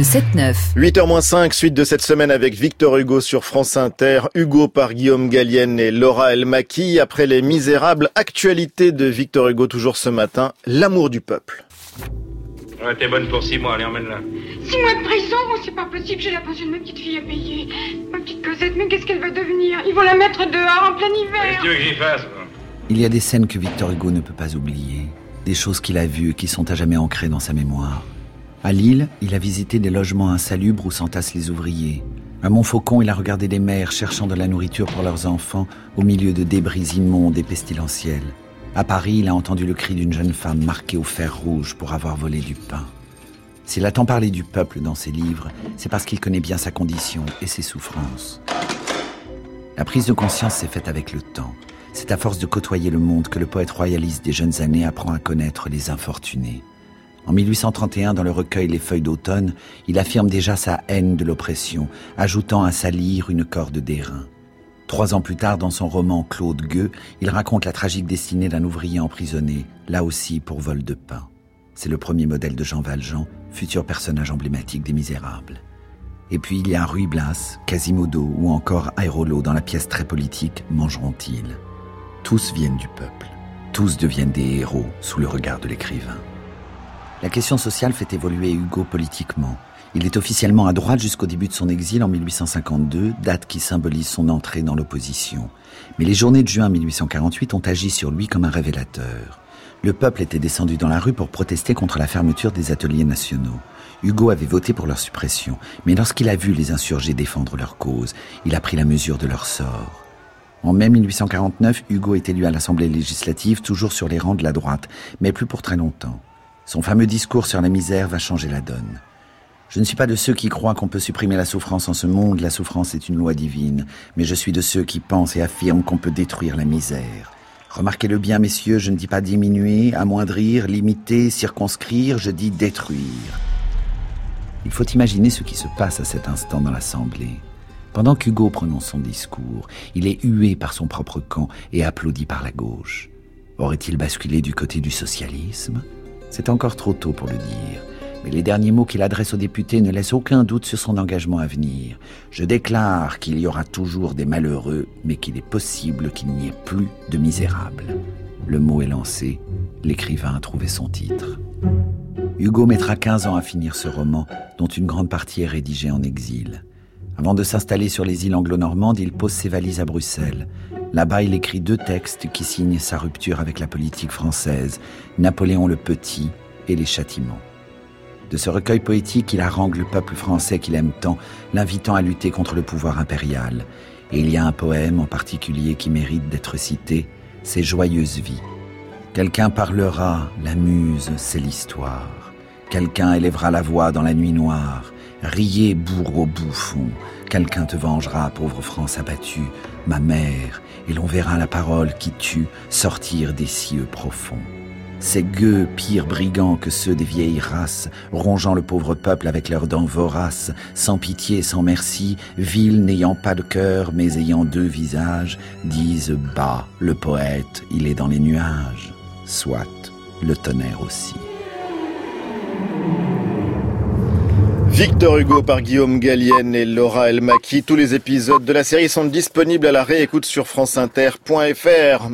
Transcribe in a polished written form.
le 7-9. 8h-5, suite de cette semaine avec Victor Hugo sur France Inter. Hugo par Guillaume Gallienne et Laura Elmaki. Après Les Misérables, actualité de Victor Hugo toujours ce matin, l'amour du peuple. Ouais, t'es bonne pour 6 mois, allez, emmène-la. 6 mois de prison? Oh, c'est pas possible, j'ai la pension de ma petite fille à payer. Ma petite Cosette, mais qu'est-ce qu'elle va devenir? Ils vont la mettre dehors en plein hiver. Qu'est-ce que tu veux que j'y fasse, moi? Il y a des scènes que Victor Hugo ne peut pas oublier. Des choses qu'il a vues et qui sont à jamais ancrées dans sa mémoire. À Lille, il a visité des logements insalubres où s'entassent les ouvriers. À Montfaucon, il a regardé des mères cherchant de la nourriture pour leurs enfants au milieu de débris immondes et pestilentiels. À Paris, il a entendu le cri d'une jeune femme marquée au fer rouge pour avoir volé du pain. S'il a tant parlé du peuple dans ses livres, c'est parce qu'il connaît bien sa condition et ses souffrances. La prise de conscience s'est faite avec le temps. C'est à force de côtoyer le monde que le poète royaliste des jeunes années apprend à connaître les infortunés. En 1831, dans le recueil Les Feuilles d'automne, il affirme déjà sa haine de l'oppression, ajoutant à sa lyre une corde d'airain. 3 ans plus tard, dans son roman Claude Gueux, il raconte la tragique destinée d'un ouvrier emprisonné, là aussi pour vol de pain. C'est le premier modèle de Jean Valjean, futur personnage emblématique des Misérables. Et puis il y a Ruy Blas, Quasimodo ou encore Aérolo dans la pièce très politique Mangeront-ils. Tous viennent du peuple. Tous deviennent des héros sous le regard de l'écrivain. La question sociale fait évoluer Hugo politiquement. Il est officiellement à droite jusqu'au début de son exil en 1852, date qui symbolise son entrée dans l'opposition. Mais les journées de juin 1848 ont agi sur lui comme un révélateur. Le peuple était descendu dans la rue pour protester contre la fermeture des ateliers nationaux. Hugo avait voté pour leur suppression, mais lorsqu'il a vu les insurgés défendre leur cause, il a pris la mesure de leur sort. En mai 1849, Hugo est élu à l'Assemblée législative, toujours sur les rangs de la droite, mais plus pour très longtemps. Son fameux discours sur la misère va changer la donne. Je ne suis pas de ceux qui croient qu'on peut supprimer la souffrance en ce monde, la souffrance est une loi divine, mais je suis de ceux qui pensent et affirment qu'on peut détruire la misère. Remarquez-le bien, messieurs, je ne dis pas diminuer, amoindrir, limiter, circonscrire, je dis détruire. Il faut imaginer ce qui se passe à cet instant dans l'Assemblée. Pendant qu'Hugo prononce son discours, il est hué par son propre camp et applaudi par la gauche. Aurait-il basculé du côté du socialisme ? C'est encore trop tôt pour le dire. Mais les derniers mots qu'il adresse aux députés ne laissent aucun doute sur son engagement à venir. Je déclare qu'il y aura toujours des malheureux, mais qu'il est possible qu'il n'y ait plus de misérables. Le mot est lancé, l'écrivain a trouvé son titre. Hugo mettra 15 ans à finir ce roman, dont une grande partie est rédigée en exil. Avant de s'installer sur les îles anglo-normandes, il pose ses valises à Bruxelles. Là-bas, il écrit 2 textes qui signent sa rupture avec la politique française, Napoléon le Petit et Les Châtiments. De ce recueil poétique, il harangue le peuple français qu'il aime tant, l'invitant à lutter contre le pouvoir impérial. Et il y a un poème en particulier qui mérite d'être cité, c'est Joyeuse vie. Quelqu'un parlera, la muse, c'est l'histoire. Quelqu'un élèvera la voix dans la nuit noire. Riez, bourreau bouffon, quelqu'un te vengera, pauvre France abattue, ma mère, et l'on verra la parole qui tue sortir des cieux profonds. Ces gueux, pires brigands que ceux des vieilles races, rongeant le pauvre peuple avec leurs dents voraces, sans pitié et sans merci, vils n'ayant pas de cœur mais ayant 2 visages, disent « Bah, le poète, il est dans les nuages ». Soit, le tonnerre aussi. Victor Hugo par Guillaume Gallienne et Laura Elmaki. Tous les épisodes de la série sont disponibles à la réécoute sur franceinter.fr.